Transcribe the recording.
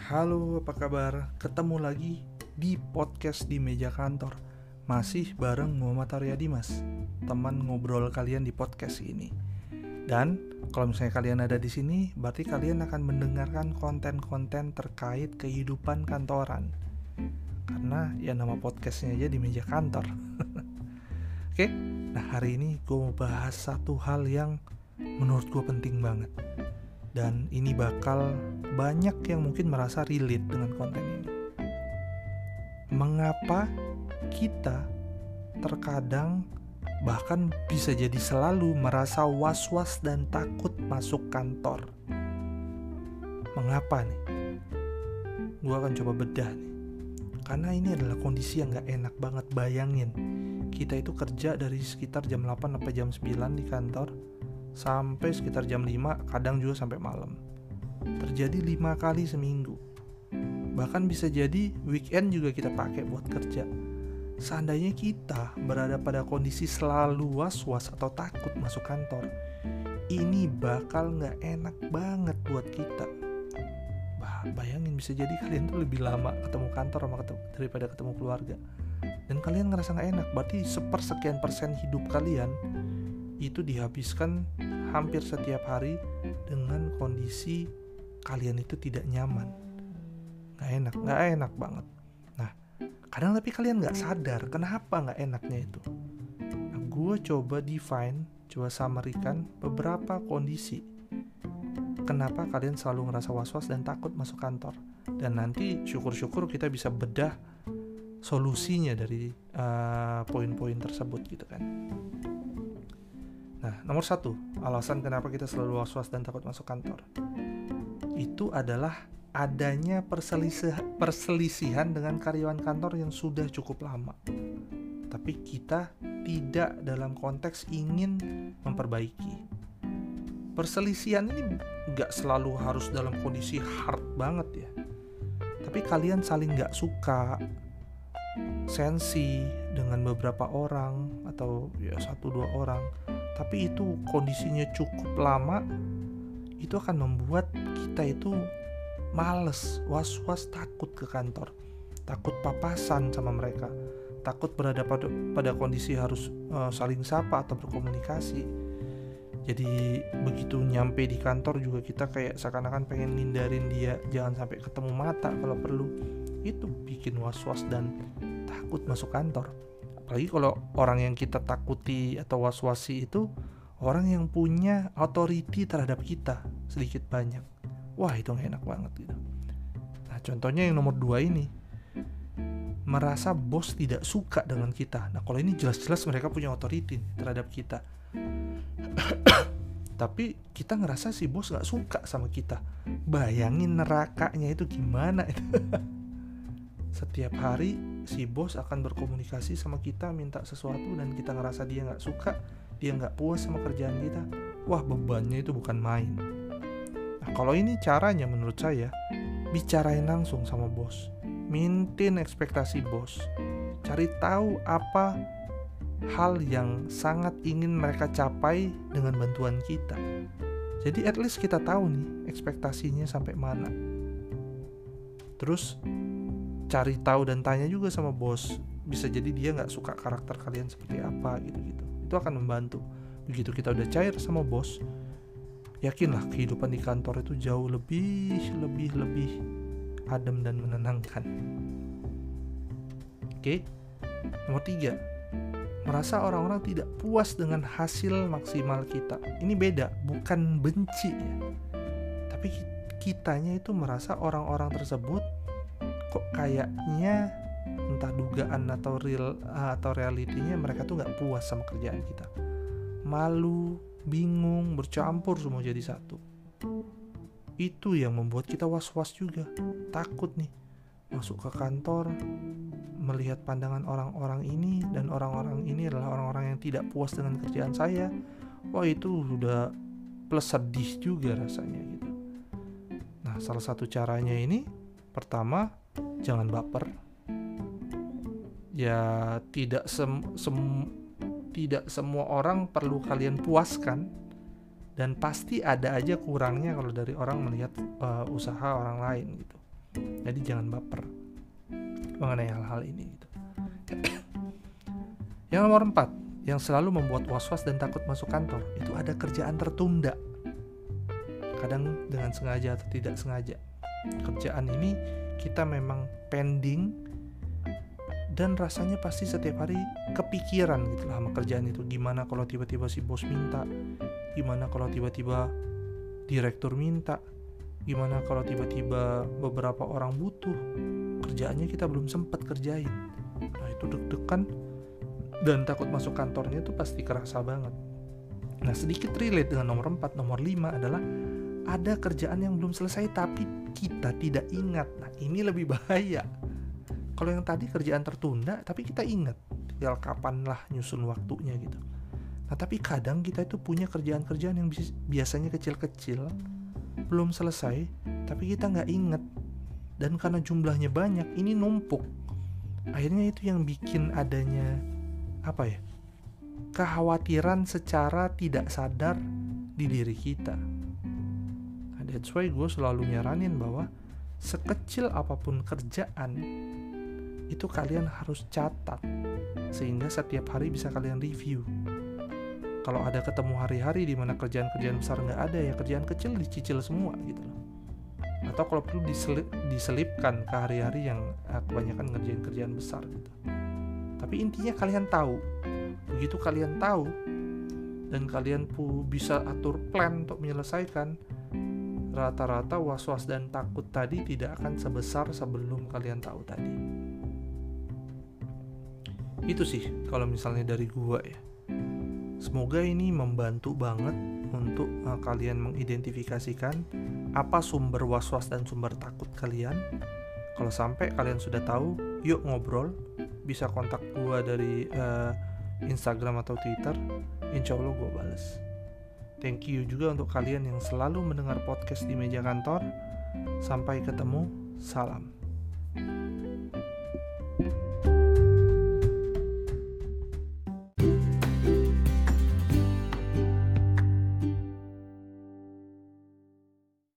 Halo, apa kabar? Ketemu lagi di podcast di meja kantor. Masih bareng Muhammad Arya Dimas, teman ngobrol kalian di podcast ini. Dan kalau misalnya kalian ada di sini, berarti kalian akan mendengarkan konten-konten terkait kehidupan kantoran. Karena ya nama podcastnya aja di meja kantor. Oke, nah hari ini gue mau bahas satu hal yang menurut gue penting banget. Dan ini bakal banyak yang mungkin merasa relate dengan konten ini. Mengapa kita terkadang bahkan bisa jadi selalu merasa was-was dan takut masuk kantor? Mengapa nih? Gue akan coba bedah nih. Karena ini adalah kondisi yang gak enak banget. Bayangin, kita itu kerja dari sekitar jam 8 sampai jam 9 di kantor, sampai sekitar jam 5, kadang juga sampai malam. Terjadi 5 kali seminggu. Bahkan bisa jadi weekend juga kita pakai buat kerja. Seandainya kita berada pada kondisi selalu was-was atau takut masuk kantor, ini bakal gak enak banget buat kita. Bayangin, bisa jadi kalian tuh lebih lama ketemu kantor daripada ketemu keluarga. Dan kalian ngerasa gak enak. Berarti sepersekian persen hidup kalian itu dihabiskan hampir setiap hari dengan kondisi kalian itu tidak nyaman. Gak enak banget. Nah, kadang tapi kalian gak sadar kenapa gak enaknya itu. Nah, gue coba summary-kan beberapa kondisi kenapa kalian selalu ngerasa was-was dan takut masuk kantor. Dan nanti syukur-syukur kita bisa bedah solusinya dari poin-poin tersebut gitu kan. Nah, nomor 1, alasan kenapa kita selalu was-was dan takut masuk kantor, itu adalah adanya perselisihan dengan karyawan kantor yang sudah cukup lama. Tapi kita tidak dalam konteks ingin memperbaiki. Perselisihan ini gak selalu harus dalam kondisi hard banget ya. Tapi kalian saling gak suka, sensi dengan beberapa orang atau ya 1-2 orang, tapi itu kondisinya cukup lama, itu akan membuat kita itu males, was-was, takut ke kantor, takut papasan sama mereka, takut berada pada kondisi harus saling sapa atau berkomunikasi. Jadi begitu nyampe di kantor juga kita kayak seakan-akan pengen ngindarin dia, jangan sampai ketemu mata kalau perlu. Itu bikin was-was dan takut masuk kantor. Apalagi kalau orang yang kita takuti atau was-wasi itu orang yang punya authority terhadap kita sedikit banyak. Wah, itu gak enak banget gitu. Nah, contohnya yang nomor 2 ini, merasa bos tidak suka dengan kita. Nah, kalau ini jelas-jelas mereka punya authority terhadap kita. Tapi kita ngerasa si bos gak suka sama kita. Bayangin nerakanya itu gimana itu. Setiap hari si bos akan berkomunikasi sama kita, minta sesuatu, dan kita ngerasa dia gak suka, dia gak puas sama kerjaan kita. Wah, bebannya itu bukan main. Nah, kalau ini caranya menurut saya, bicarain langsung sama bos, maintain ekspektasi bos, cari tahu apa hal yang sangat ingin mereka capai dengan bantuan kita. Jadi at least kita tahu nih ekspektasinya sampai mana. Terus cari tahu dan tanya juga sama bos. Bisa jadi dia gak suka karakter kalian seperti apa gitu-gitu. Itu akan membantu. Begitu kita udah cair sama bos, yakinlah kehidupan di kantor itu jauh lebih adem dan menenangkan. Oke. Nomor 3, merasa orang-orang tidak puas dengan hasil maksimal kita. Ini beda, bukan benci ya. Tapi kitanya itu merasa orang-orang tersebut kok kayaknya entah dugaan atau realitinya mereka tuh gak puas sama kerjaan kita. Malu, bingung, bercampur semua jadi satu. Itu yang membuat kita was-was juga. Takut nih masuk ke kantor, melihat pandangan orang-orang ini, dan orang-orang ini adalah orang-orang yang tidak puas dengan kerjaan saya. Wah, itu udah plus sedih juga rasanya gitu. Nah, salah satu caranya ini, pertama, jangan baper. Ya, tidak semua orang perlu kalian puaskan, dan pasti ada aja kurangnya kalau dari orang melihat usaha orang lain gitu. Jadi jangan baper mengenai hal-hal ini gitu. Yang nomor 4, yang selalu membuat was-was dan takut masuk kantor, itu ada kerjaan tertunda. Kadang dengan sengaja atau tidak sengaja. Kerjaan ini kita memang pending dan rasanya pasti setiap hari kepikiran gitu lah sama kerjaan itu. Gimana kalau tiba-tiba si bos minta, gimana kalau tiba-tiba direktur minta, gimana kalau tiba-tiba beberapa orang butuh, kerjaannya kita belum sempat kerjain. Nah itu deg-degan dan takut masuk kantornya itu pasti kerasa banget. Nah sedikit relate dengan nomor 4. Nomor 5 adalah ada kerjaan yang belum selesai tapi kita tidak ingat. Nah ini lebih bahaya. Kalau yang tadi kerjaan tertunda tapi kita ingat, tinggal kapan lah nyusun waktunya gitu. Nah tapi kadang kita itu punya kerjaan-kerjaan yang biasanya kecil-kecil, belum selesai tapi kita nggak ingat. Dan karena jumlahnya banyak, ini numpuk. Akhirnya itu yang bikin adanya kekhawatiran secara tidak sadar di diri kita. Nah, that's why gue selalu nyaranin bahwa sekecil apapun kerjaan itu kalian harus catat, sehingga setiap hari bisa kalian review. Kalau ada ketemu hari-hari di mana kerjaan-kerjaan besar nggak ada, ya kerjaan kecil dicicil semua gitu loh. Atau kalau perlu diselipkan ke hari-hari yang kebanyakan ngerjain kerjaan besar gitu. Tapi intinya kalian tahu. Begitu kalian tahu dan kalian bisa atur plan untuk menyelesaikan, rata-rata was-was dan takut tadi tidak akan sebesar sebelum kalian tahu tadi. Itu sih kalau misalnya dari gua ya. Semoga ini membantu banget untuk kalian mengidentifikasikan apa sumber was-was dan sumber takut kalian. Kalau sampai kalian sudah tahu, yuk ngobrol. Bisa kontak gue dari Instagram atau Twitter. Insya Allah gue bales. Thank you juga untuk kalian yang selalu mendengar podcast di meja kantor. Sampai ketemu, salam.